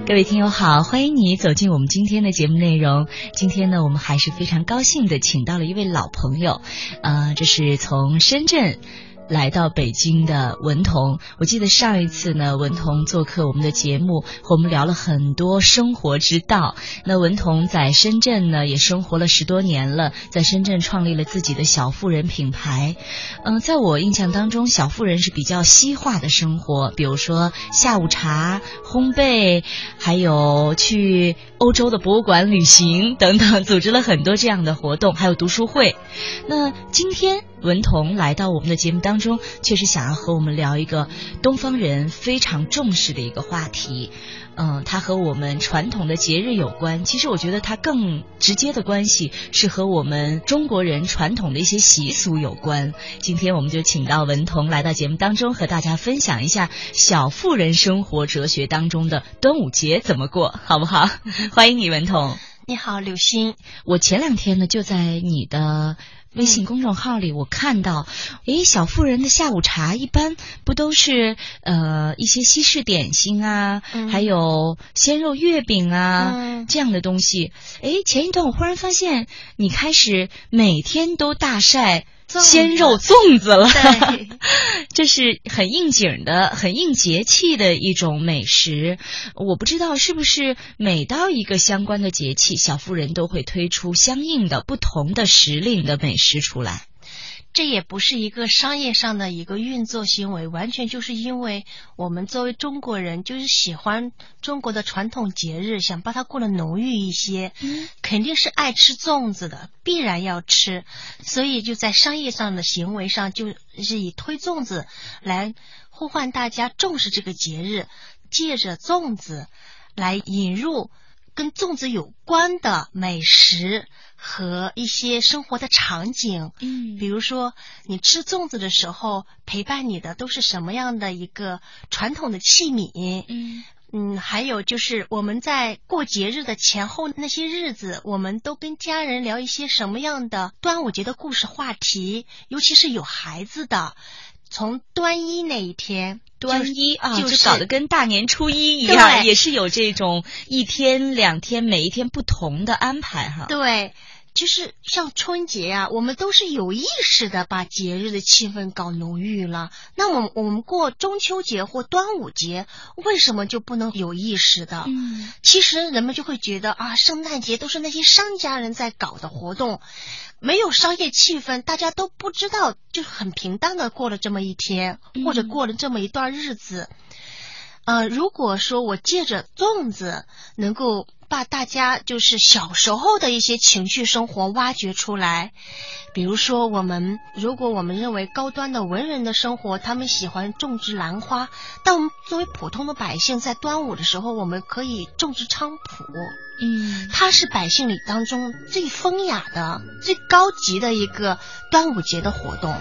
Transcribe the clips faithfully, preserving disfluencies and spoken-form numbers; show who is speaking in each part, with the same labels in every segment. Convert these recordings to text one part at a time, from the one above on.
Speaker 1: 各位听友好，欢迎你走进我们今天的节目内容。今天呢，我们还是非常高兴的请到了一位老朋友，呃，这是从深圳来到北京的文彤。我记得上一次呢，文彤做客我们的节目，和我们聊了很多生活之道。那文彤在深圳呢，也生活了十多年了，在深圳创立了自己的小妇人品牌。嗯、呃，在我印象当中，小妇人是比较西化的生活，比如说下午茶、烘焙，还有去欧洲的博物馆旅行等等，组织了很多这样的活动，还有读书会。那今天文彤来到我们的节目当中，确实想要和我们聊一个东方人非常重视的一个话题。嗯，它和我们传统的节日有关。其实我觉得它更直接的关系是和我们中国人传统的一些习俗有关。今天我们就请到文彤来到节目当中，和大家分享一下小妇人生活哲学当中的端午节怎么过，好不好？欢迎你，文彤。
Speaker 2: 你好，柳鑫。
Speaker 1: 我前两天呢，就在你的微信公众号里我看到，诶，小妇人的下午茶一般不都是呃一些西式点心啊、嗯、还有鲜肉月饼啊、嗯、这样的东西。诶，前一段我忽然发现你开始每天都大晒鲜肉粽子了，
Speaker 2: 对，
Speaker 1: 这是很应景的、很应节气的一种美食。我不知道是不是每到一个相关的节气，小妇人都会推出相应的不同的时令的美食出来。
Speaker 2: 这也不是一个商业上的一个运作行为，完全就是因为我们作为中国人，就是喜欢中国的传统节日，想把它过得浓郁一些、嗯、肯定是爱吃粽子的，必然要吃，所以就在商业上的行为上，就是以推粽子来呼唤大家重视这个节日，借着粽子来引入跟粽子有关的美食和一些生活的场景。嗯，比如说你吃粽子的时候，陪伴你的都是什么样的一个传统的器皿。嗯嗯，还有就是我们在过节日的前后那些日子，我们都跟家人聊一些什么样的端午节的故事话题，尤其是有孩子的，从端一那一天，
Speaker 1: 端一啊，
Speaker 2: 就是
Speaker 1: 就搞得跟大年初一一样，也是有这种一天两天每一天不同的安排哈。
Speaker 2: 对，就是像春节啊，我们都是有意识的把节日的气氛搞浓郁了。那么我们过中秋节或端午节，为什么就不能有意识的？嗯，其实人们就会觉得啊，圣诞节都是那些商家人在搞的活动，没有商业气氛，大家都不知道，就很平淡的过了这么一天，或者过了这么一段日子。呃，如果说我借着粽子能够把大家就是小时候的一些情绪生活挖掘出来，比如说我们如果我们认为高端的文人的生活，他们喜欢种植兰花，但我们作为普通的百姓，在端午的时候我们可以种植菖蒲。嗯，它是百姓里当中最风雅的、最高级的一个端午节的活动。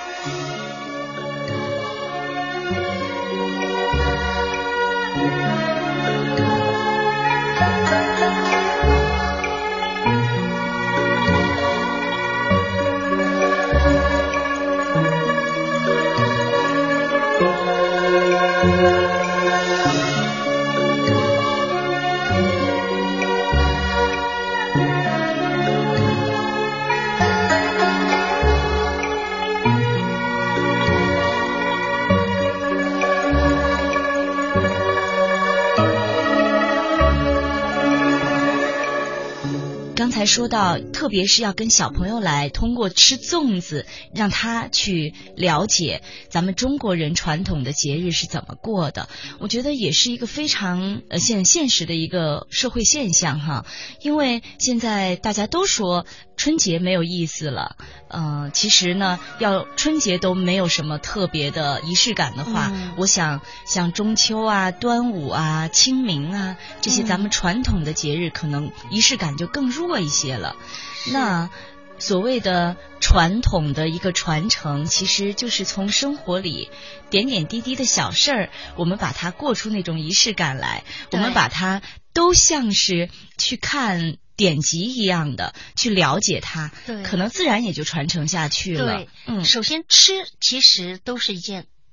Speaker 1: 刚才说到，特别是要跟小朋友来通过吃粽子，让他去了解咱们中国人传统的节日是怎么过的。我觉得也是一个非常呃现现实的一个社会现象哈。因为现在大家都说春节没有意思了，呃，其实呢，要春节都没有什么特别的仪式感的话，嗯、我想像中秋啊、端午啊、清明啊这些咱们传统的节日，可能仪式感就更弱一些了。那所谓的传统的一个传承，其实就是从生活里点点滴滴的小事儿，我们把它过出那种仪式感来，我们把它都像是去看典籍一样的去了解它，可能自然也就传承下去了。
Speaker 2: 对，嗯，首先吃其实都是一件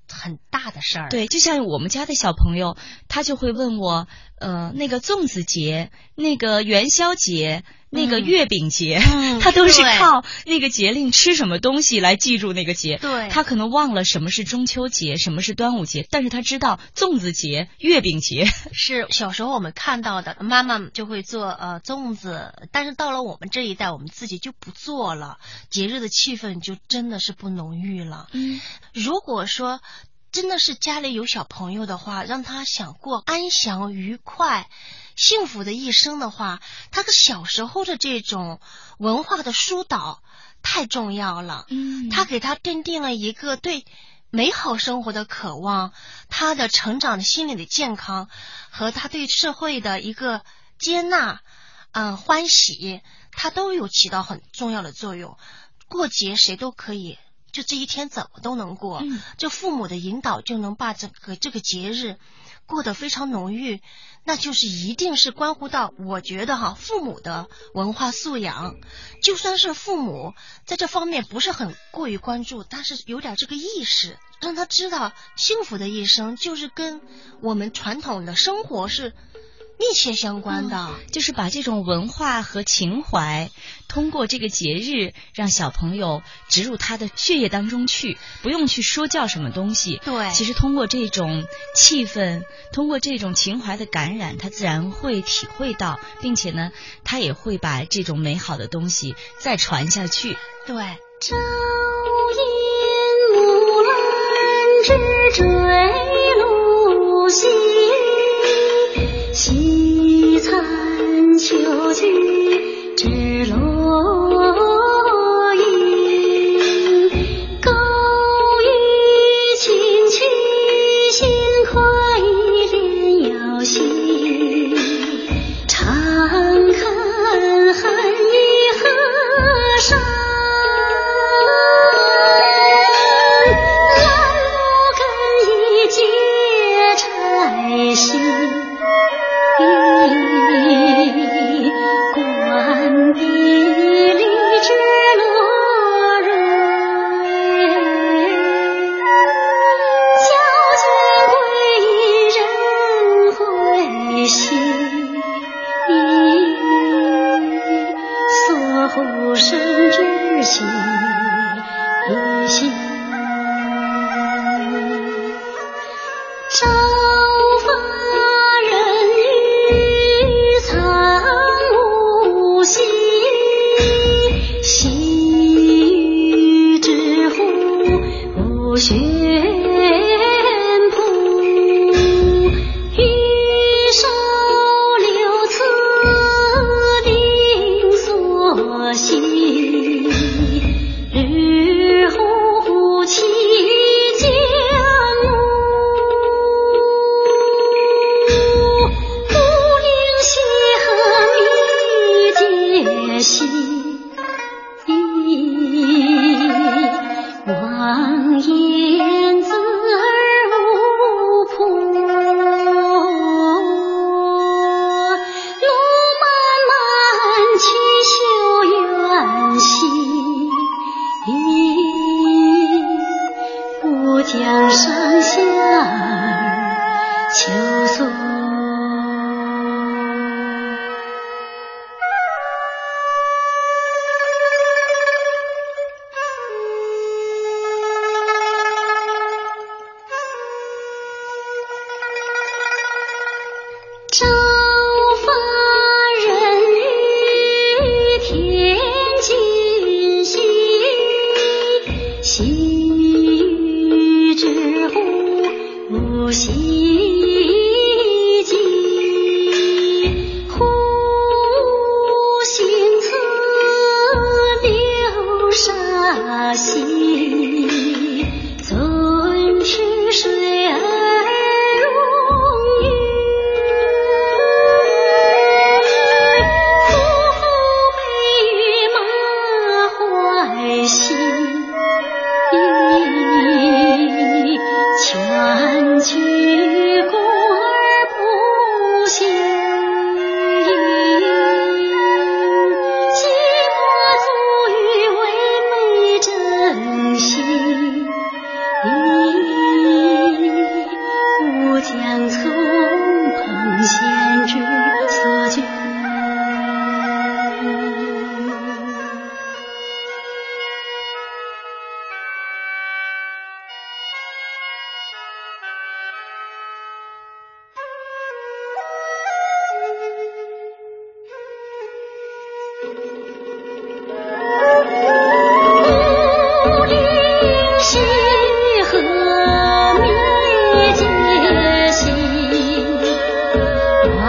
Speaker 2: 很大的事儿。
Speaker 1: 对，就像我们家的小朋友，他就会问我，呃，那个粽子节、那个元宵节、那个月饼节，
Speaker 2: 嗯、
Speaker 1: 他都是靠那个节令吃什么东西来记住那个节。
Speaker 2: 对，
Speaker 1: 他可能忘了什么是中秋节，什么是端午节，但是他知道粽子节、月饼节。
Speaker 2: 是小时候我们看到的，妈妈就会做呃粽子，但是到了我们这一代，我们自己就不做了，节日的气氛就真的是不浓郁了。
Speaker 1: 嗯，
Speaker 2: 如果说真的是家里有小朋友的话，让他想过安详愉快幸福的一生的话，他的小时候的这种文化的疏导太重要了。
Speaker 1: 嗯，
Speaker 2: 他给他奠定了一个对美好生活的渴望，他的成长的心理的健康和他对社会的一个接纳嗯、呃、欢喜，他都有起到很重要的作用。过节谁都可以，就这一天怎么都能过，
Speaker 1: 嗯，
Speaker 2: 这父母的引导就能把这个这个节日过得非常浓郁，那就是一定是关乎到我觉得哈父母的文化素养。就算是父母在这方面不是很过于关注，但是有点这个意识，让他知道幸福的一生就是跟我们传统的生活是密切相关的、嗯、
Speaker 1: 就是把这种文化和情怀通过这个节日让小朋友植入他的血液当中去，不用去说教什么东西。
Speaker 2: 对，
Speaker 1: 其实通过这种气氛，通过这种情怀的感染，他自然会体会到，并且呢他也会把这种美好的东西再传下去。
Speaker 2: 对，
Speaker 3: 朝阴木兰之坠露西，西残秋菊之落英，高于青曲心快连腰系，长看寒雨河上，蓝木根已结柴心，观地里之落蕊，矫健归人会心，锁乎生之心一心。朝发人欲藏无息，细雨之乎无悬瀑，玉手留此定所系，日乎其将兮，望眼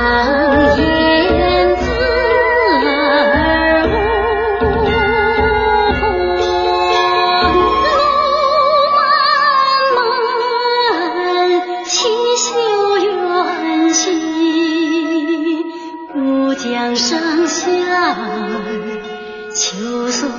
Speaker 3: 燕子儿舞，路漫漫，清秀远行，乌江上下儿秋松。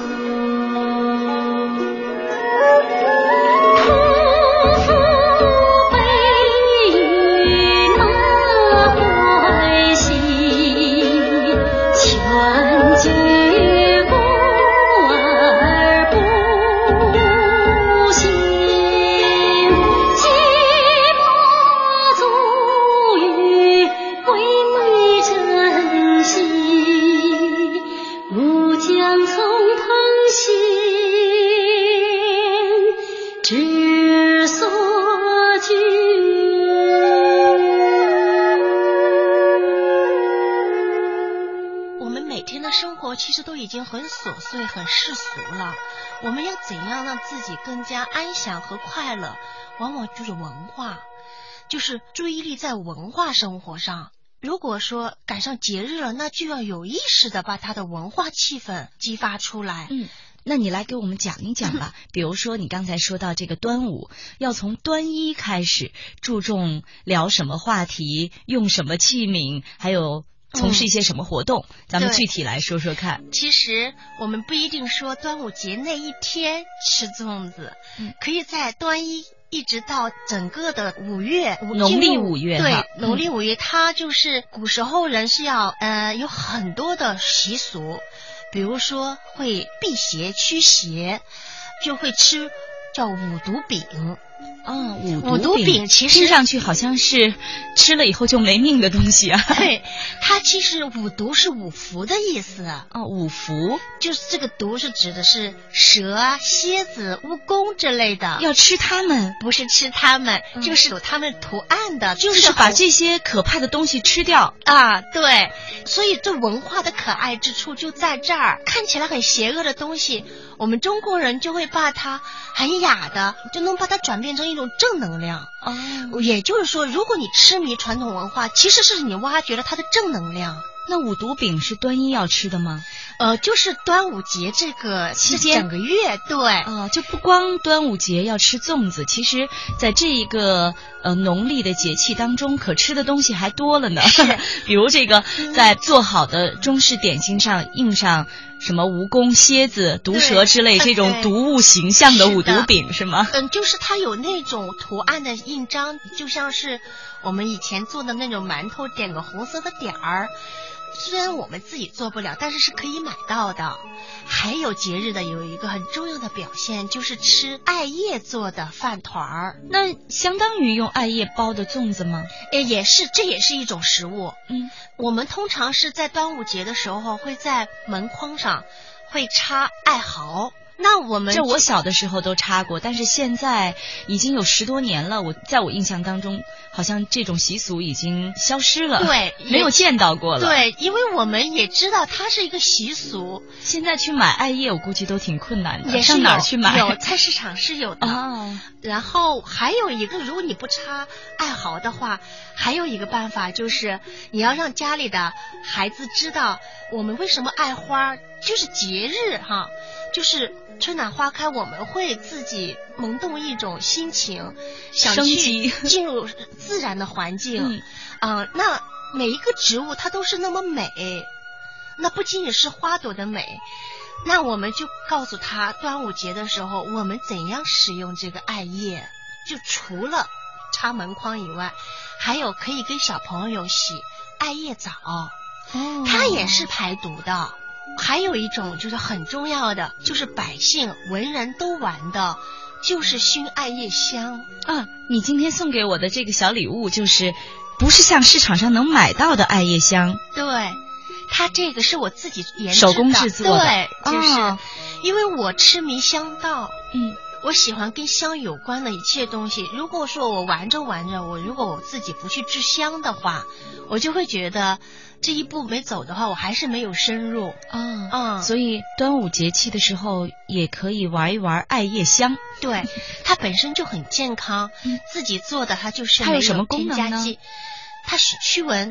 Speaker 2: 其实都已经很琐碎很世俗了，我们要怎样让自己更加安详和快乐，往往就是文化，就是注意力在文化生活上。如果说赶上节日了，那就要有意识的把它的文化气氛激发出来。
Speaker 1: 嗯，那你来给我们讲一讲吧。比如说你刚才说到这个端午，要从端一开始，注重聊什么话题，用什么器皿，还有从事一些什么活动、嗯、咱们具体来说说看。
Speaker 2: 其实我们不一定说端午节那一天吃粽子、嗯、可以在端一一直到整个的五月，
Speaker 1: 农历五月，
Speaker 2: 对，农历五月、嗯、它就是古时候人是要呃有很多的习俗，比如说会辟邪驱邪，就会吃叫五毒饼。
Speaker 1: 哦，五
Speaker 2: 毒 饼, 饼其实
Speaker 1: 听上去好像是吃了以后就没命的东西啊。
Speaker 2: 对，它其实五毒是五福的意思。
Speaker 1: 哦，五福
Speaker 2: 就是这个毒是指的是蛇啊、蝎子、蜈蚣之类的，
Speaker 1: 要吃它们，
Speaker 2: 不是吃它们、嗯、就是有它们图案的，
Speaker 1: 就是把这些可怕的东西吃掉
Speaker 2: 啊。对，所以这文化的可爱之处就在这儿，看起来很邪恶的东西，我们中国人就会把它很雅的，就能把它转变成一种正能量。
Speaker 1: 哦，
Speaker 2: 也就是说，如果你痴迷传统文化，其实是你挖掘了它的正能量。
Speaker 1: 那五毒饼是端一要吃的吗？
Speaker 2: 呃，就是端午节这个期间整个月，对
Speaker 1: 啊、呃，就不光端午节要吃粽子，其实在这一个呃农历的节气当中，可吃的东西还多了呢。比如这个在做好的中式点心上印上什么蜈蚣、蝎子、毒蛇之类这种毒物形象的五毒饼， 是, 是吗？
Speaker 2: 嗯，就是它有那种图案的印章，就像是我们以前做的那种馒头，点个红色的点儿。虽然我们自己做不了，但是是可以买到的。还有节日的有一个很重要的表现，就是吃艾叶做的饭团儿。
Speaker 1: 那相当于用艾叶包的粽子吗？
Speaker 2: 诶，也是，这也是一种食物。
Speaker 1: 嗯，
Speaker 2: 我们通常是在端午节的时候会在门框上会插艾毫。那我们
Speaker 1: 这我小的时候都插过，但是现在已经有十多年了，我在我印象当中好像这种习俗已经消失了，
Speaker 2: 对，
Speaker 1: 没有见到过了。
Speaker 2: 对，因为我们也知道它是一个习俗，
Speaker 1: 现在去买艾叶我估计都挺困难的，
Speaker 2: 也是
Speaker 1: 上哪儿去买？
Speaker 2: 有菜市场是有的。
Speaker 1: 哦，
Speaker 2: 然后还有一个，如果你不插艾毫的话，还有一个办法就是你要让家里的孩子知道我们为什么爱花，就是节日哈，就是春暖花开，我们会自己萌动一种心情，想去进入自然的环境。嗯、呃，那每一个植物它都是那么美，那不仅仅是花朵的美，那我们就告诉他，端午节的时候我们怎样使用这个艾叶，就除了插门框以外，还有可以跟小朋友洗艾叶澡，哦，它也是排毒的。还有一种就是很重要的，就是百姓文人都玩的，就是熏艾叶香
Speaker 1: 啊。你今天送给我的这个小礼物，就是不是像市场上能买到的艾叶香？
Speaker 2: 对，它这个是我自己研制的，
Speaker 1: 手工制作的。
Speaker 2: 对，就是、
Speaker 1: 哦、
Speaker 2: 因为我痴迷香道，
Speaker 1: 嗯，
Speaker 2: 我喜欢跟香有关的一切东西。如果说我玩着玩着，我如果我自己不去制香的话，我就会觉得这一步没走的话，我还是没有深入。
Speaker 1: 哦，
Speaker 2: 嗯，
Speaker 1: 所以端午节气的时候也可以玩一玩艾叶香。
Speaker 2: 对，它本身就很健康，嗯、自己做的它就是
Speaker 1: 它有什么功能呢？
Speaker 2: 它是驱蚊，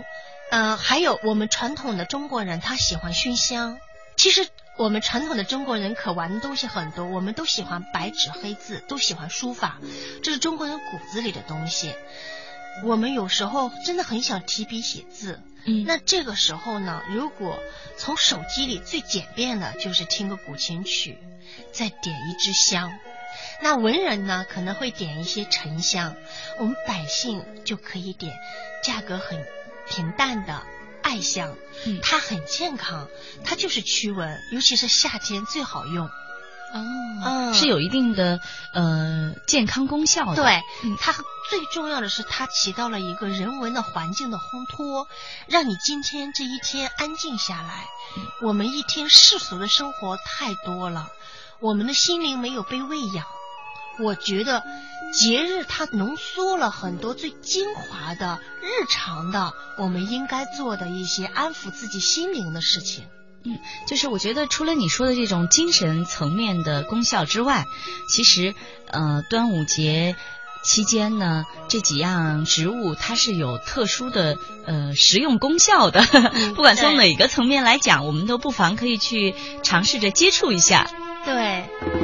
Speaker 2: 嗯、呃，还有我们传统的中国人他喜欢熏香，其实我们传统的中国人可玩的东西很多，我们都喜欢白纸黑字，都喜欢书法，这是中国人骨子里的东西。我们有时候真的很想提笔写字，
Speaker 1: 嗯，
Speaker 2: 那这个时候呢，如果从手机里最简便的就是听个古琴曲，再点一支香。那文人呢可能会点一些沉香，我们百姓就可以点价格很平淡的艾香，
Speaker 1: 嗯，
Speaker 2: 它很健康，它就是驱蚊，尤其是夏天最好用。
Speaker 1: 哦，
Speaker 2: 嗯，
Speaker 1: 是有一定的呃健康功效的。
Speaker 2: 对，
Speaker 1: 嗯，
Speaker 2: 它最重要的是它起到了一个人文的环境的烘托，让你今天这一天安静下来。
Speaker 1: 嗯，
Speaker 2: 我们一天世俗的生活太多了，我们的心灵没有被喂养。我觉得节日它浓缩了很多最精华的日常的我们应该做的一些安抚自己心灵的事情。
Speaker 1: 嗯，就是我觉得除了你说的这种精神层面的功效之外，其实呃端午节期间呢，这几样植物它是有特殊的呃食用功效的，
Speaker 2: 嗯、
Speaker 1: 不管从哪个层面来讲，我们都不妨可以去尝试着接触一下。
Speaker 2: 对。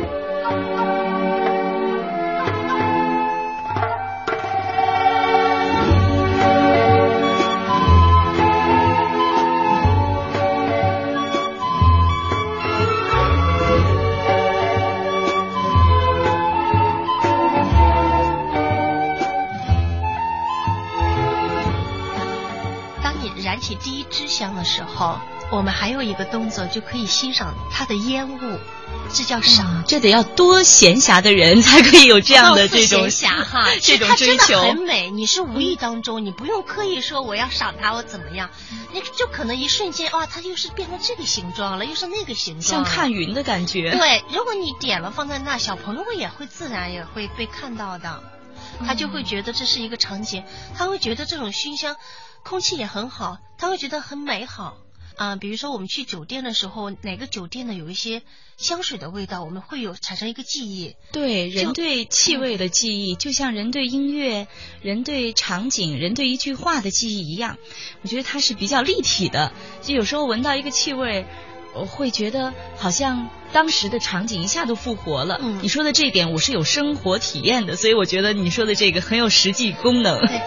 Speaker 2: 燃起第一支香的时候，我们还有一个动作就可以欣赏它的烟雾，这叫赏、嗯。
Speaker 1: 这得要多闲暇的人才可以有这样的这种
Speaker 2: 闲暇哈，
Speaker 1: 这种追求。
Speaker 2: 它真的很美，你是无意当中，你不用刻意说我要赏它我怎么样，你就可能一瞬间哇，它又是变成这个形状了，又是那个形状了，
Speaker 1: 像看云的感觉。
Speaker 2: 对，如果你点了放在那，小朋友也会自然也会被看到的，他就会觉得这是一个场景，他会觉得这种熏香。空气也很好，他会觉得很美好啊、呃。比如说我们去酒店的时候，哪个酒店呢有一些香水的味道，我们会有产生一个记忆。
Speaker 1: 对，人对气味的记忆，就像人对音乐、人对场景、人对一句话的记忆一样。我觉得它是比较立体的，就有时候闻到一个气味，我会觉得好像当时的场景一下都复活了。
Speaker 2: 嗯，
Speaker 1: 你说的这一点我是有生活体验的，所以我觉得你说的这个很有实际功能。
Speaker 2: 对。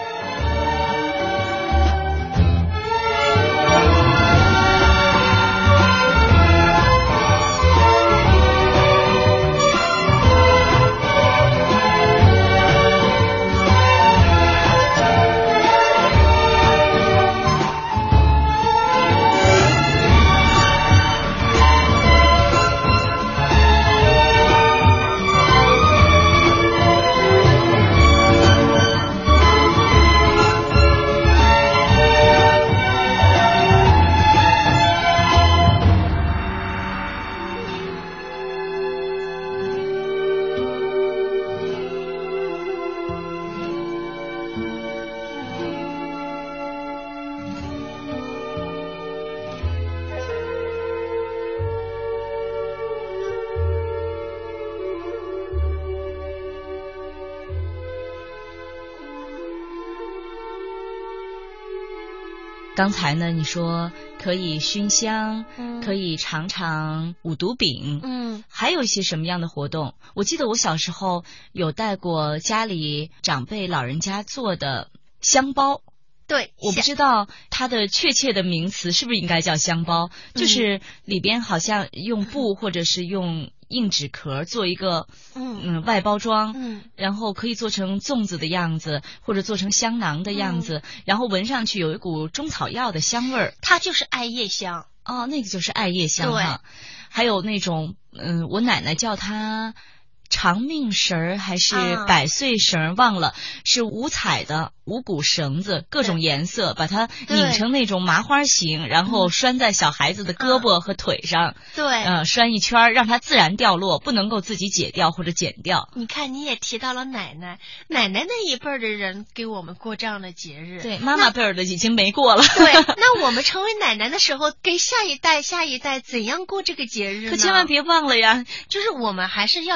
Speaker 1: 刚才呢，你说可以熏香，
Speaker 2: 嗯，
Speaker 1: 可以尝尝五毒饼，
Speaker 2: 嗯，
Speaker 1: 还有一些什么样的活动？我记得我小时候有带过家里长辈老人家做的香包。
Speaker 2: 对，
Speaker 1: 我不知道它的确切的名词是不是应该叫香包，
Speaker 2: 嗯，
Speaker 1: 就是里边好像用布或者是用硬纸壳做一个
Speaker 2: 嗯
Speaker 1: 嗯外包装，
Speaker 2: 嗯，
Speaker 1: 然后可以做成粽子的样子，或者做成香囊的样子，嗯，然后闻上去有一股中草药的香味儿，
Speaker 2: 它就是艾叶香。
Speaker 1: 哦，那个就是艾叶香哈。还有那种嗯，我奶奶叫它长命绳儿还是百岁绳儿，啊，忘了，是五彩的五股绳子，各种颜色，把它拧成那种麻花形，然后拴在小孩子的胳膊和腿上，
Speaker 2: 对，
Speaker 1: 呃，拴一圈，让它自然掉落，不能够自己解掉或者剪掉。
Speaker 2: 你看，你也提到了奶奶，奶奶那一辈儿的人给我们过这样的节日，
Speaker 1: 对，妈妈辈儿的已经没过了。
Speaker 2: 对，那我们成为奶奶的时候，给下一代、下一代怎样过这个节日呢？
Speaker 1: 可千万别忘了呀，
Speaker 2: 就是我们还是要有意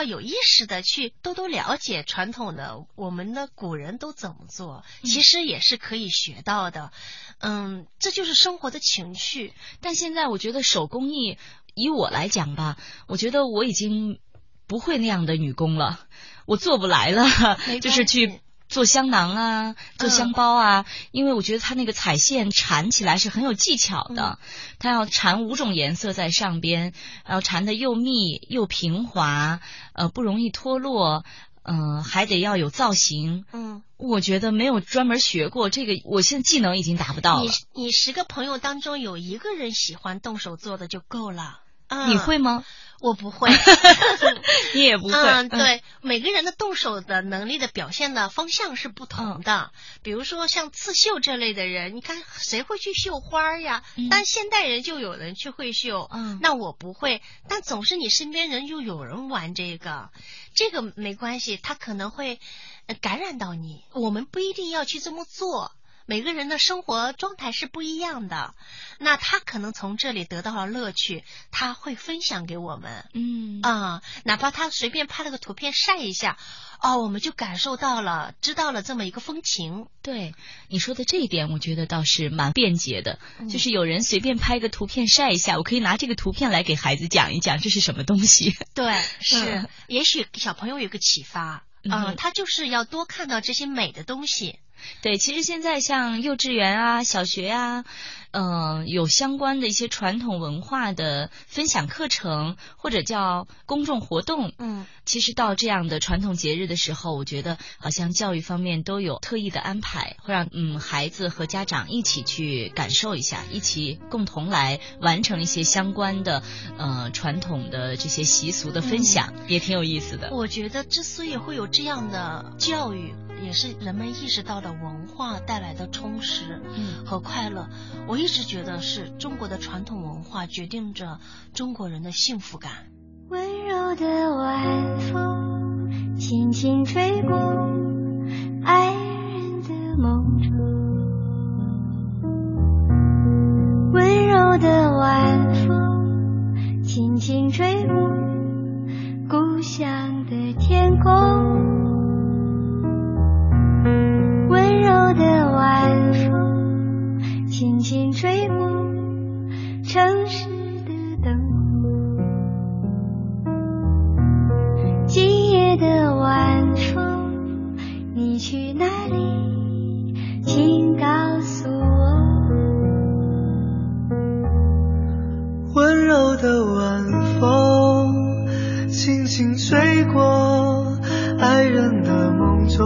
Speaker 2: 识的去多多了解传统的我们的古人都怎么做，其实也是可以学到的。嗯，这就是生活的情趣。
Speaker 1: 但现在我觉得手工艺，以我来讲吧，我觉得我已经不会那样的女工了，我做不来了，就是去做香囊啊，做香包啊、嗯、因为我觉得它那个彩线缠起来是很有技巧的、嗯、它要缠五种颜色在上边，然后缠得又密又平滑，呃，不容易脱落，嗯、呃，还得要有造型。嗯，我觉得没有专门学过这个，我现在技能已经达不到了。
Speaker 2: 你你十个朋友当中有一个人喜欢动手做的就够了。
Speaker 1: 嗯、你会吗？
Speaker 2: 我不会。
Speaker 1: 你也不会。
Speaker 2: 嗯，对、嗯，每个人的动手的能力的表现的方向是不同的。嗯、比如说像刺绣这类的人，你看谁会去绣花呀？嗯、但现代人就有人去会绣。嗯，那我不会，但总是你身边人就有人玩这个，这个没关系，他可能会感染到你。我们不一定要去这么做。每个人的生活状态是不一样的，那他可能从这里得到了乐趣，他会分享给我们。嗯啊，哪怕他随便拍了个图片晒一下，哦，我们就感受到了，知道了这么一个风情。
Speaker 1: 对，你说的这一点，我觉得倒是蛮便捷的、嗯。就是有人随便拍个图片晒一下，我可以拿这个图片来给孩子讲一讲这是什么东西。
Speaker 2: 对，是，嗯、也许小朋友有个启发。嗯、呃，他就是要多看到这些美的东西。
Speaker 1: 对，其实现在像幼稚园啊、小学啊，嗯、呃，有相关的一些传统文化的分享课程或者叫公众活动。嗯，其实到这样的传统节日的时候，我觉得好像教育方面都有特意的安排，会让嗯孩子和家长一起去感受一下，一起共同来完成一些相关的呃传统的这些习俗的分享、嗯，也挺有意思的。
Speaker 2: 我觉得之所以会有这样的教育，也是人们意识到的文化带来的充实和快乐、嗯、我一直觉得是中国的传统文化决定着中国人的幸福感。
Speaker 3: 温柔的晚风轻轻吹过爱人的梦中，温柔的晚风轻轻吹过故乡的天空，温柔的晚风轻轻吹过城市的灯火，今夜的晚风你去哪里，请告诉我。
Speaker 4: 温柔的晚风轻轻吹过爱人的梦中，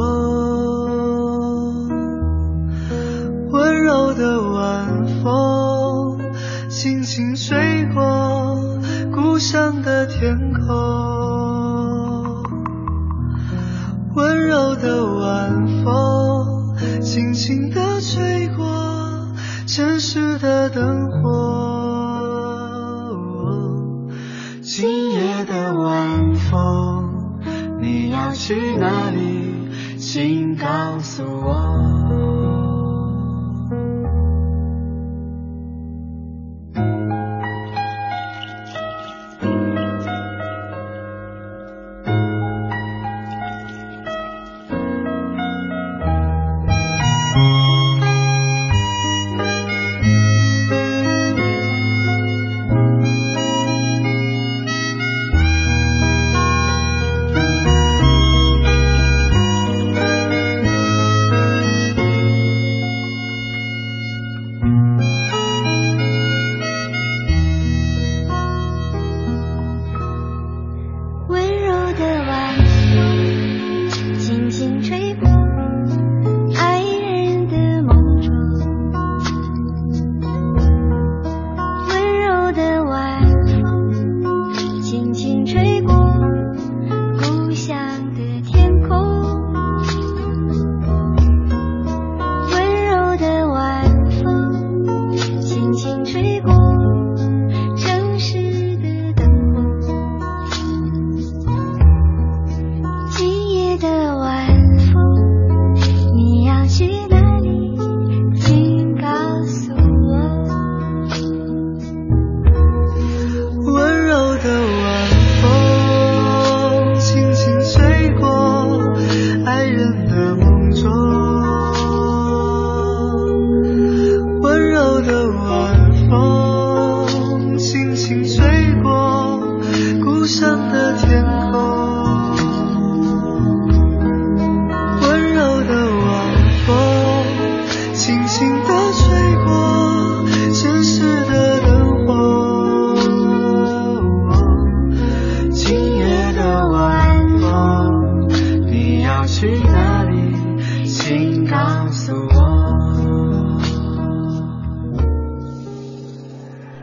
Speaker 4: 温柔的晚风轻轻吹过故乡的天空，温柔的晚风轻轻地吹过城市的灯火，今夜的晚风你要去哪里，请告诉我。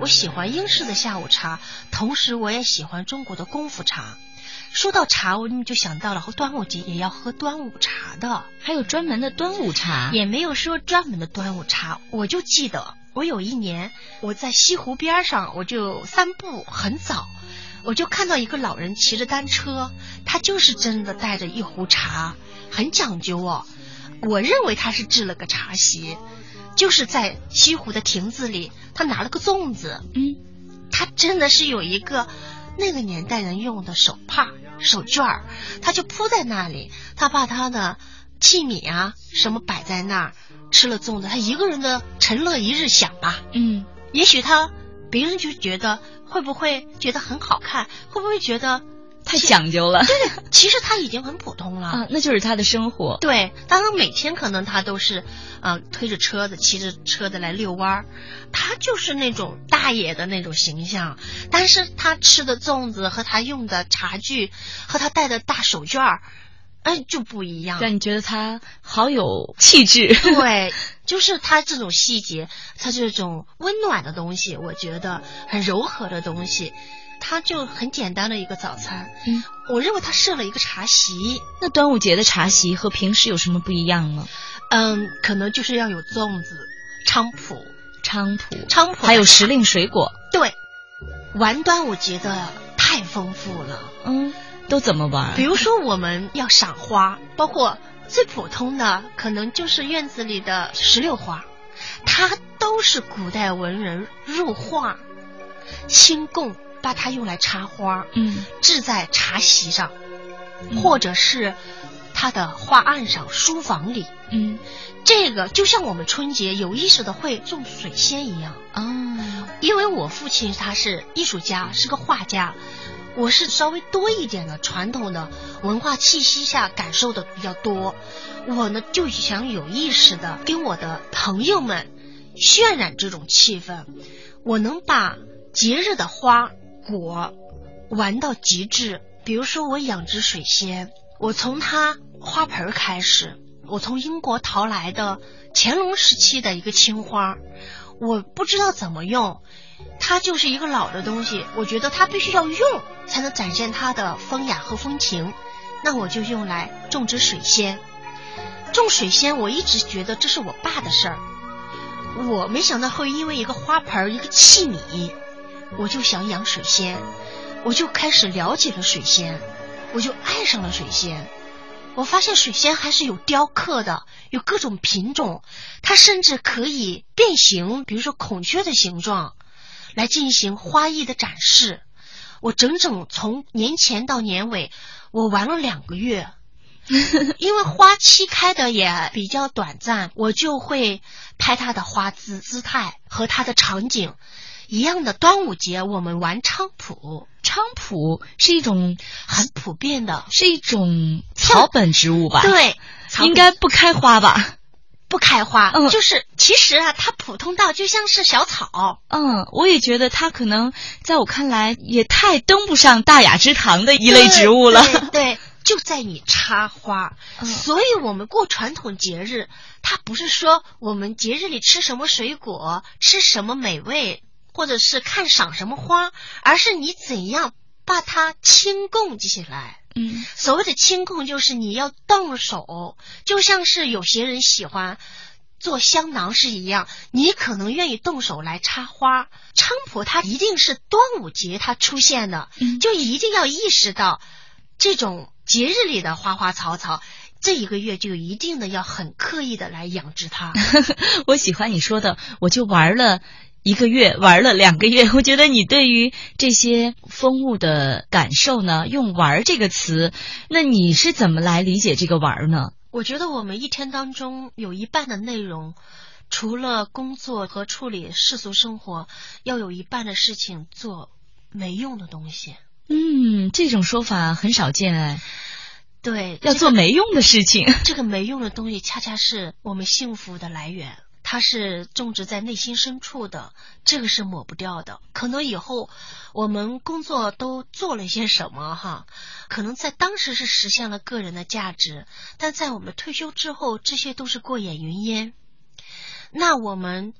Speaker 2: 我喜欢英式的下午茶，同时我也喜欢中国的功夫茶。说到茶，我就想到了端午节也要喝端午茶的，
Speaker 1: 还有专门的端午茶。
Speaker 2: 也没有说专门的端午茶，我就记得我有一年我在西湖边上，我就散步，很早我就看到一个老人骑着单车，他就是真的带着一壶茶，很讲究哦。我认为他是制了个茶席，就是在西湖的亭子里，他拿了个粽子，
Speaker 1: 嗯，
Speaker 2: 他真的是有一个那个年代人用的手帕手绢儿，他就铺在那里，他把他的器皿啊什么摆在那儿，吃了粽子，他一个人的沉乐一日享吧。
Speaker 1: 嗯，
Speaker 2: 也许他别人就觉得会不会觉得很好看，会不会觉得
Speaker 1: 太讲究了？
Speaker 2: 对对，其实他已经很普通了
Speaker 1: 啊，那就是他的生活。
Speaker 2: 对，当然每天可能他都是啊、呃、推着车子骑着车子来遛弯儿，他就是那种大爷的那种形象，但是他吃的粽子和他用的茶具和他戴的大手绢儿，哎就不一样。
Speaker 1: 让你觉得他好有气质。
Speaker 2: 对，就是他这种细节，他这种温暖的东西，我觉得很柔和的东西，它就很简单的一个早餐。
Speaker 1: 嗯，
Speaker 2: 我认为他设了一个茶席。
Speaker 1: 那端午节的茶席和平时有什么不一样吗？
Speaker 2: 嗯，可能就是要有粽子、菖蒲、
Speaker 1: 菖蒲、
Speaker 2: 菖蒲，
Speaker 1: 还有时令水果。
Speaker 2: 对，玩端午节的太丰富了。
Speaker 1: 嗯，都怎么玩？
Speaker 2: 比如说我们要赏花，包括最普通的可能就是院子里的石榴花，它都是古代文人入画清供，把它用来插花，
Speaker 1: 嗯，
Speaker 2: 置在茶席上，
Speaker 1: 嗯、
Speaker 2: 或者是他的画案上、书房里。
Speaker 1: 嗯，
Speaker 2: 这个就像我们春节有意识的会种水仙一样。
Speaker 1: 哦，
Speaker 2: 因为我父亲他是艺术家，是个画家，我是稍微多一点的传统的文化气息下感受的比较多，我呢就想有意识的跟我的朋友们渲染这种气氛，我能把节日的花果玩到极致。比如说我养殖水仙，我从它花盆开始，我从英国淘来的乾隆时期的一个青花，我不知道怎么用，它就是一个老的东西，我觉得它必须要用才能展现它的风雅和风情，那我就用来种植水仙。种水仙我一直觉得这是我爸的事儿，我没想到会因为一个花盆一个器皿，我就想养水仙，我就开始了解了水仙，我就爱上了水仙。我发现水仙还是有雕刻的，有各种品种，它甚至可以变形，比如说孔雀的形状来进行花艺的展示。我整整从年前到年尾我玩了两个月因为花期开的也比较短暂，我就会拍它的花姿姿态和它的场景。一样的端午节我们玩菖蒲，
Speaker 1: 菖蒲是一种
Speaker 2: 很普遍的，
Speaker 1: 是一种草本植物吧？
Speaker 2: 对，
Speaker 1: 应该不开花吧？
Speaker 2: 不开花，
Speaker 1: 嗯，
Speaker 2: 就是其实啊，它普通到就像是小草。
Speaker 1: 嗯，我也觉得它可能在我看来也太登不上大雅之堂的一类植物了。
Speaker 2: 对 对, 对，就在你插花，
Speaker 1: 嗯，
Speaker 2: 所以我们过传统节日，它不是说我们节日里吃什么水果，吃什么美味，或者是看赏什么花，而是你怎样把它清供起来。
Speaker 1: 嗯，
Speaker 2: 所谓的清供就是你要动手，就像是有些人喜欢做香囊是一样，你可能愿意动手来插花。菖蒲它一定是端午节它出现的，
Speaker 1: 嗯，
Speaker 2: 就一定要意识到这种节日里的花花草草，这一个月就一定的要很刻意的来养殖它。
Speaker 1: 我喜欢你说的，我就玩了一个月，玩了两个月，我觉得你对于这些风物的感受呢，用玩这个词，那你是怎么来理解这个玩呢？
Speaker 2: 我觉得我们一天当中有一半的内容，除了工作和处理世俗生活，要有一半的事情做没用的东西。
Speaker 1: 嗯，这种说法很少见哎。
Speaker 2: 对，
Speaker 1: 要做没用的事情。
Speaker 2: 这个没用的东西恰恰是我们幸福的来源，它是种植在内心深处的，这个是抹不掉的。可能以后我们工作都做了些什么哈，可能在当时是实现了个人的价值，但在我们退休之后，这些都是过眼云烟。那我们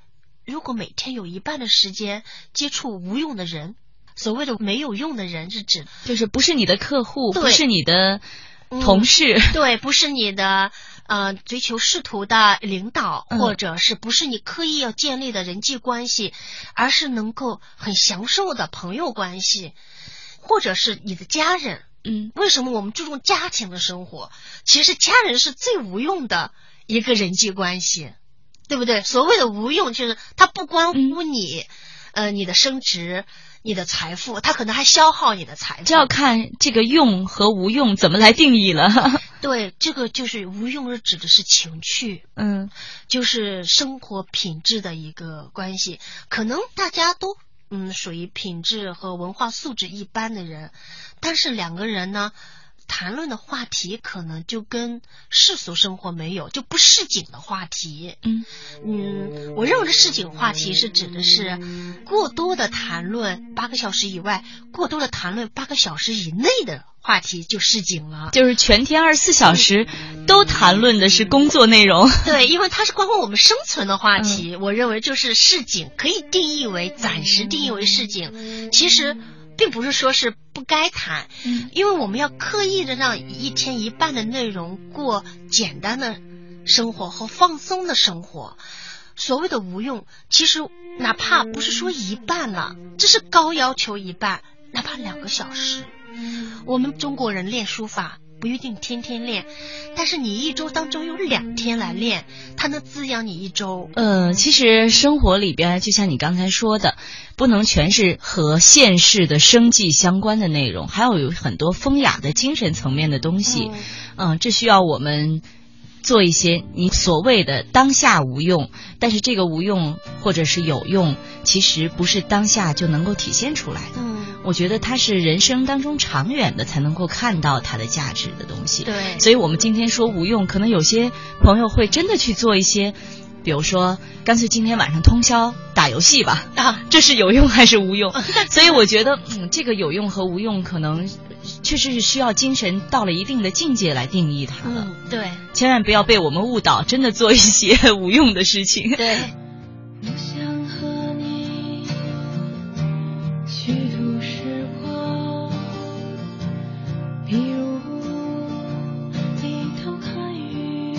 Speaker 2: 如果每天有一半的时间接触无用的人，所谓的没有用的人是指
Speaker 1: 就是不是你的客户，
Speaker 2: 对
Speaker 1: 不是你的同事，
Speaker 2: 嗯、对，不是你的呃追求仕途的领导，
Speaker 1: 嗯、
Speaker 2: 或者是不是你刻意要建立的人际关系，而是能够很享受的朋友关系，或者是你的家人。
Speaker 1: 嗯，
Speaker 2: 为什么我们注重家庭的生活？其实家人是最无用的一个人际关系，对不对？所谓的无用，就是它不关乎你，嗯、呃，你的升值、你的财富，它可能还消耗你的财富。
Speaker 1: 这要看这个用和无用怎么来定义了。
Speaker 2: 对，这个就是无用是指的是情趣，
Speaker 1: 嗯，
Speaker 2: 就是生活品质的一个关系。可能大家都嗯属于品质和文化素质一般的人，但是两个人呢谈论的话题可能就跟世俗生活没有，就不市井的话题。
Speaker 1: 嗯
Speaker 2: 嗯，我认为的市井话题是指的是过多的谈论八个小时以外，过多的谈论八个小时以内的话题就市井了。
Speaker 1: 就是全天二十四小时都谈论的是工作内容。
Speaker 2: 对，因为它是关乎我们生存的话题，嗯、我认为就是市井，可以定义为暂时定义为市井。其实并不是说是不该谈，嗯，因为我们要刻意的让一天一半的内容过简单的生活和放松的生活。所谓的无用，其实哪怕不是说一半了，这是高要求一半，哪怕两个小时。我们中国人练书法不一定天天练，但是你一周当中有两天来练，它能滋养你一周。
Speaker 1: 呃，其实生活里边就像你刚才说的，不能全是和现世的生计相关的内容，还有有很多风雅的精神层面的东西。嗯、呃，这需要我们做一些你所谓的当下无用，但是这个无用或者是有用，其实不是当下就能够体现出来的。嗯，我觉得它是人生当中长远的才能够看到它的价值的东西。
Speaker 2: 对，
Speaker 1: 所以我们今天说无用，可能有些朋友会真的去做一些，比如说干脆今天晚上通宵打游戏吧，啊，这是有用还是无用？所以我觉得嗯，这个有用和无用可能确实是需要精神到了一定的境界来定义它的。
Speaker 2: 嗯，对，
Speaker 1: 千万不要被我们误导，真的做一些无用的事情。
Speaker 2: 对。
Speaker 3: 我想和你虚度时光，比如低头看雨，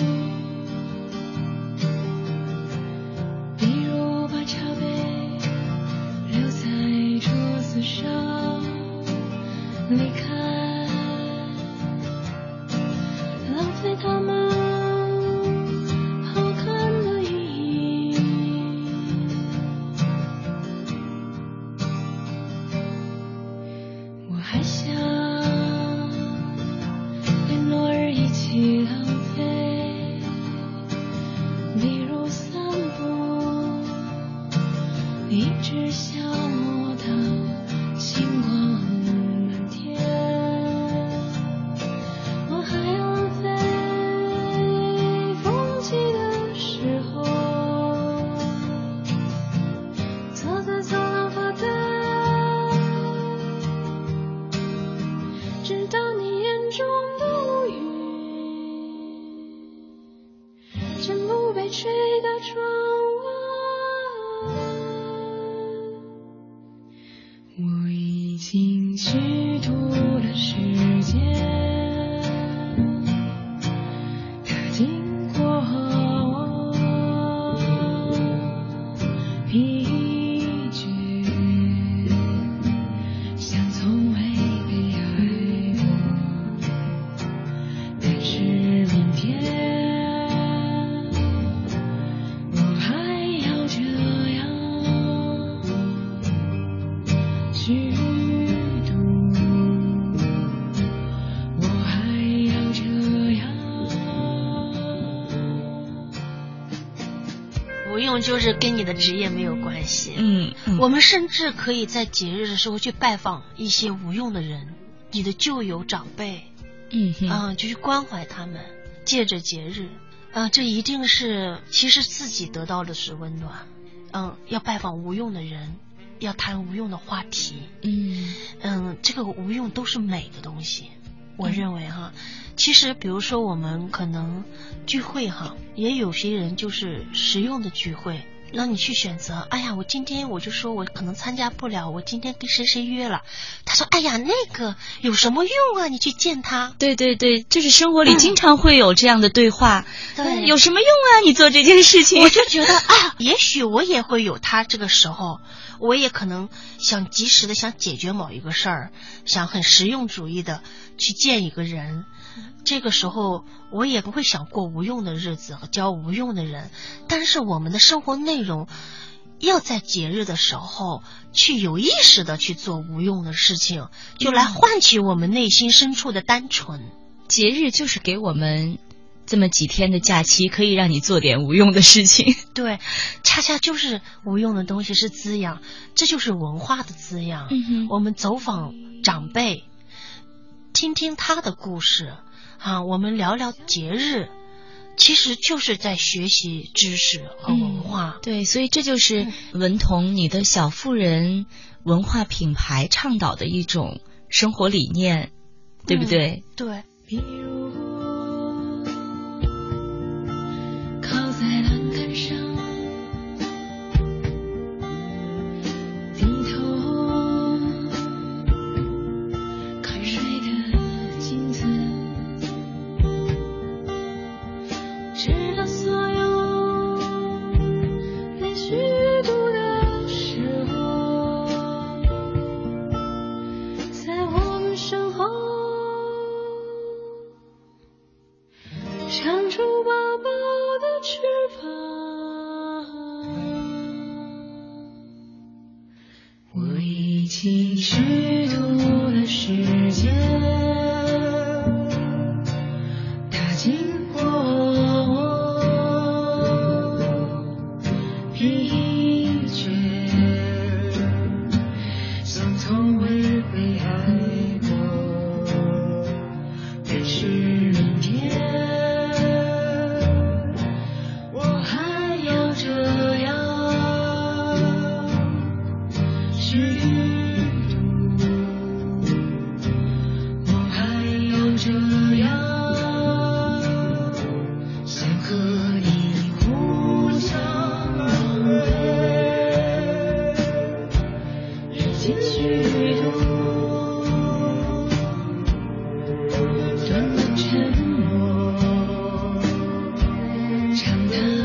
Speaker 3: 比如把茶杯留在桌子上离开，浪费它们好看的意义。我还想跟落日一起浪费，比如散步，一直消磨到星光满天。我还浪费风起的时候，坐在走廊发呆，直到你眼中的乌云全部被吹到窗外。我已经虚度了时间，它经过我疲倦，像从未被爱过。但是明天我还要这样虚度，我还要这样。
Speaker 2: 无用就是跟你的职业没有关系。
Speaker 1: 嗯，嗯
Speaker 2: 我们甚至可以在节日的时候去拜访一些无用的人，你的旧友长辈，
Speaker 1: 嗯哼，
Speaker 2: 啊、就去关怀他们，借着节日，啊、这一定是其实自己得到的是温暖。嗯，要拜访无用的人，要谈无用的话题。
Speaker 1: 嗯
Speaker 2: 嗯，这个无用都是美的东西，我认为哈。其实比如说我们可能聚会哈，也有些人就是实用的聚会， 让你去选择。哎呀，我今天我就说我可能参加不了，我今天跟谁谁约了。他说，哎呀，那个有什么用啊？你去见他。
Speaker 1: 对对对，就是生活里经常会有这样的对话。
Speaker 2: 对，
Speaker 1: 有什么用啊？你做这件事情，
Speaker 2: 我就觉得啊，也许我也会有他这个时候，我也可能想及时的想解决某一个事儿，想很实用主义的去见一个人。这个时候我也不会想过无用的日子和交无用的人，但是我们的生活内容要在节日的时候去有意识的去做无用的事情，就来唤起我们内心深处的单纯。
Speaker 1: 节日就是给我们这么几天的假期，可以让你做点无用的事情。
Speaker 2: 对，恰恰就是无用的东西是滋养，这就是文化的滋养。
Speaker 1: 嗯哼，
Speaker 2: 我们走访长辈，听听他的故事啊，我们聊聊节日，其实就是在学习知识和文化。
Speaker 1: 嗯、对，所以这就是文彤你的小妇人文化品牌倡导的一种生活理念，对不对？
Speaker 2: 嗯、对。
Speaker 3: 比如靠在栏杆上，低头看水的镜子，直到所有连续读的时候，在我们身后长出薄薄的翅膀。我已经虚度了时间，它经过我疲倦，像从未被爱过，但是明天这样虚度，我还要这样想和你互相往回，已经虚度，短短沉默，长叹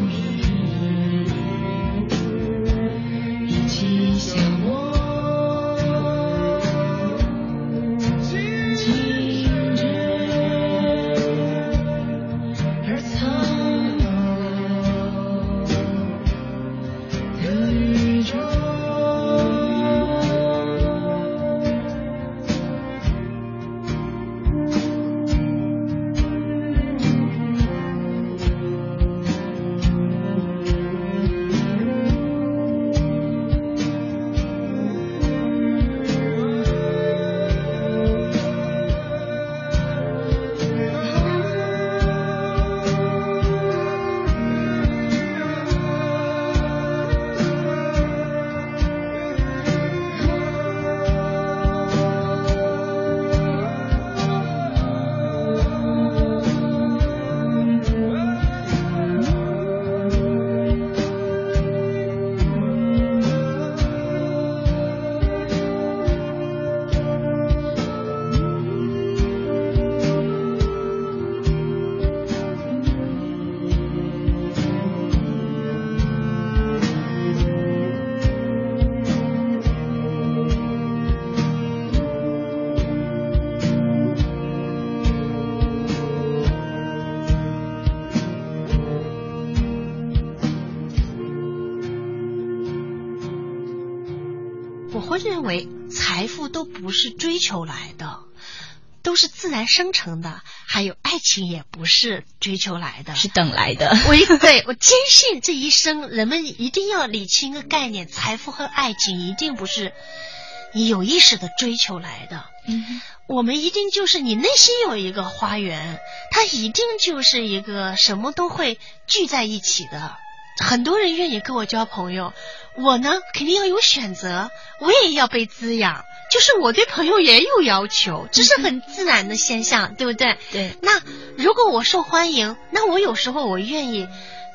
Speaker 2: 我认为财富都不是追求来的，都是自然生成的，还有爱情也不是追求来的，
Speaker 1: 是等来的。
Speaker 2: 我对我坚信这一生人们一定要理清一个概念，财富和爱情一定不是你有意识的追求来的。
Speaker 1: 嗯，
Speaker 2: 我们一定就是你内心有一个花园，它一定就是一个什么都会聚在一起的。很多人愿意跟我交朋友，我呢肯定要有选择，我也要被滋养，就是我对朋友也有要求，这是很自然的现象，对不对？
Speaker 1: 对。
Speaker 2: 那如果我受欢迎，那我有时候我愿意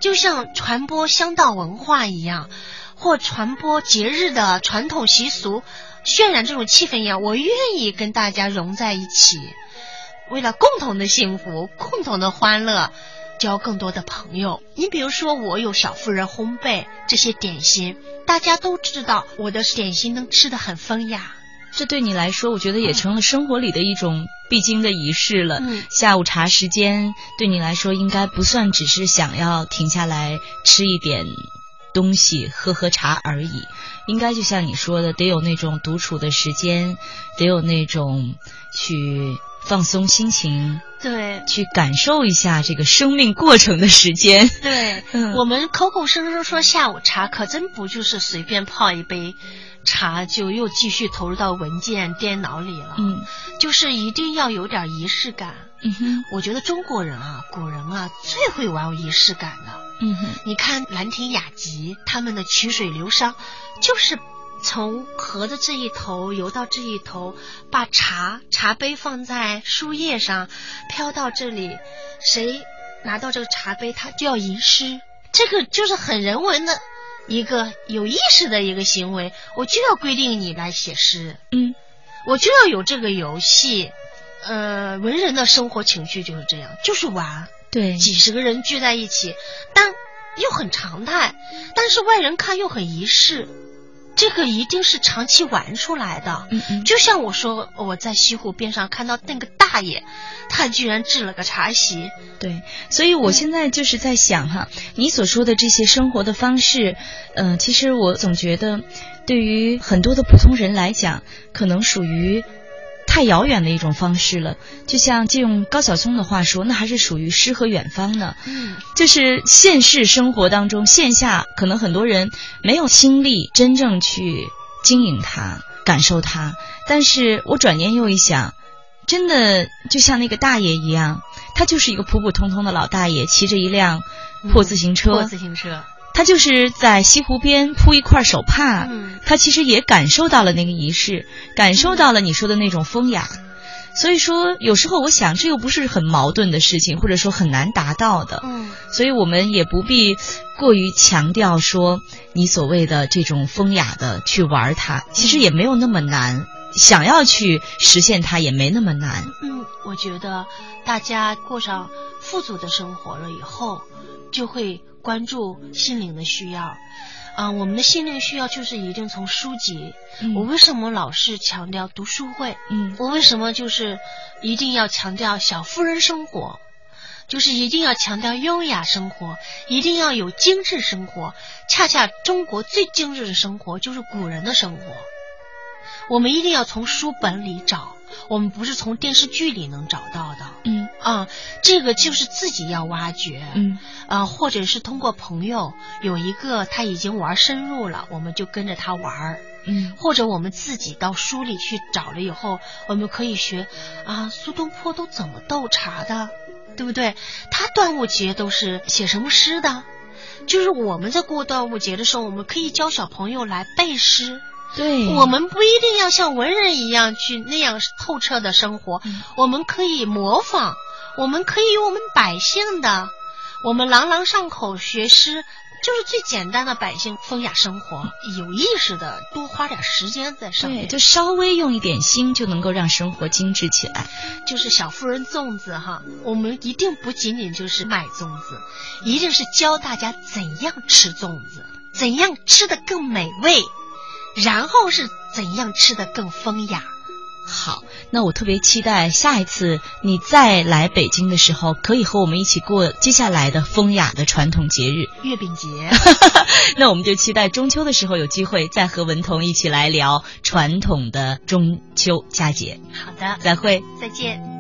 Speaker 2: 就像传播乡道文化一样，或传播节日的传统习俗，渲染这种气氛一样，我愿意跟大家融在一起，为了共同的幸福，共同的欢乐，交更多的朋友。你比如说我有小妇人烘焙这些点心，大家都知道我的点心能吃得很风雅，
Speaker 1: 这对你来说我觉得也成了生活里的一种必经的仪式了。
Speaker 2: 嗯，
Speaker 1: 下午茶时间对你来说应该不算只是想要停下来吃一点东西喝喝茶而已，应该就像你说的，得有那种独处的时间，得有那种去放松心情，
Speaker 2: 对，
Speaker 1: 去感受一下这个生命过程的时间。
Speaker 2: 对、嗯、我们口口声声说下午茶，可真不就是随便泡一杯茶就又继续投入到文件电脑里了。
Speaker 1: 嗯，
Speaker 2: 就是一定要有点仪式感。
Speaker 1: 嗯哼，
Speaker 2: 我觉得中国人啊，古人啊，最会玩仪式感的。
Speaker 1: 嗯哼，
Speaker 2: 你看《兰亭雅集》他们的曲水流觞，就是从河的这一头游到这一头，把茶茶杯放在书页上，飘到这里，谁拿到这个茶杯他就要吟诗，这个就是很人文的一个有意识的一个行为，我就要规定你来写诗，
Speaker 1: 嗯，
Speaker 2: 我就要有这个游戏。呃，文人的生活情绪就是这样，就是玩，
Speaker 1: 对，
Speaker 2: 几十个人聚在一起，但又很常态，但是外人看又很仪式，这个一定是长期玩出来的。
Speaker 1: 嗯嗯，
Speaker 2: 就像我说我在西湖边上看到那个大爷，他居然置了个茶席。
Speaker 1: 对，所以我现在就是在想哈，你所说的这些生活的方式，嗯、呃，其实我总觉得对于很多的普通人来讲，可能属于太遥远的一种方式了，就像借用高晓松的话说，那还是属于诗和远方呢。
Speaker 2: 嗯，
Speaker 1: 就是现实生活当中，线下可能很多人没有心力真正去经营它、感受它。但是我转念又一想，真的就像那个大爷一样，他就是一个普普通通的老大爷，骑着一辆破自行车。
Speaker 2: 嗯、破自行车。
Speaker 1: 他就是在西湖边铺一块手帕，
Speaker 2: 嗯，
Speaker 1: 他其实也感受到了那个仪式，感受到了你说的那种风雅。所以说有时候我想这又不是很矛盾的事情，或者说很难达到的。
Speaker 2: 嗯，
Speaker 1: 所以我们也不必过于强调说你所谓的这种风雅的去玩它，其实也没有那么难，想要去实现它也没那么难。
Speaker 2: 嗯，我觉得大家过上富足的生活了以后，就会关注心灵的需要。啊、呃，我们的心灵需要就是一定从书籍、嗯、我为什么老是强调读书会，
Speaker 1: 嗯，
Speaker 2: 我为什么就是一定要强调小妇人生活，就是一定要强调优雅生活，一定要有精致生活。恰恰中国最精致的生活就是古人的生活，我们一定要从书本里找，我们不是从电视剧里能找到的。
Speaker 1: 嗯
Speaker 2: 啊，这个就是自己要挖掘。
Speaker 1: 嗯
Speaker 2: 啊，或者是通过朋友有一个他已经玩深入了，我们就跟着他玩。
Speaker 1: 嗯，
Speaker 2: 或者我们自己到书里去找了以后，我们可以学啊，苏东坡都怎么斗茶的，对不对？他端午节都是写什么诗的？就是我们在过端午节的时候，我们可以教小朋友来背诗。
Speaker 1: 对，
Speaker 2: 我们不一定要像文人一样去那样透彻的生活、嗯、我们可以模仿，我们可以有我们百姓的，我们朗朗上口学诗，就是最简单的百姓风雅生活，有意识的多花点时间在上面，
Speaker 1: 对，就稍微用一点心就能够让生活精致起来。
Speaker 2: 就是小妇人粽子哈，我们一定不仅仅就是卖粽子，一定是教大家怎样吃粽子，怎样吃得更美味，然后是怎样吃得更风雅。
Speaker 1: 好，那我特别期待下一次你再来北京的时候，可以和我们一起过接下来的风雅的传统节日
Speaker 2: 月饼节。
Speaker 1: 那我们就期待中秋的时候有机会再和文彤一起来聊传统的中秋佳节。
Speaker 2: 好的，
Speaker 1: 再会，
Speaker 2: 再见。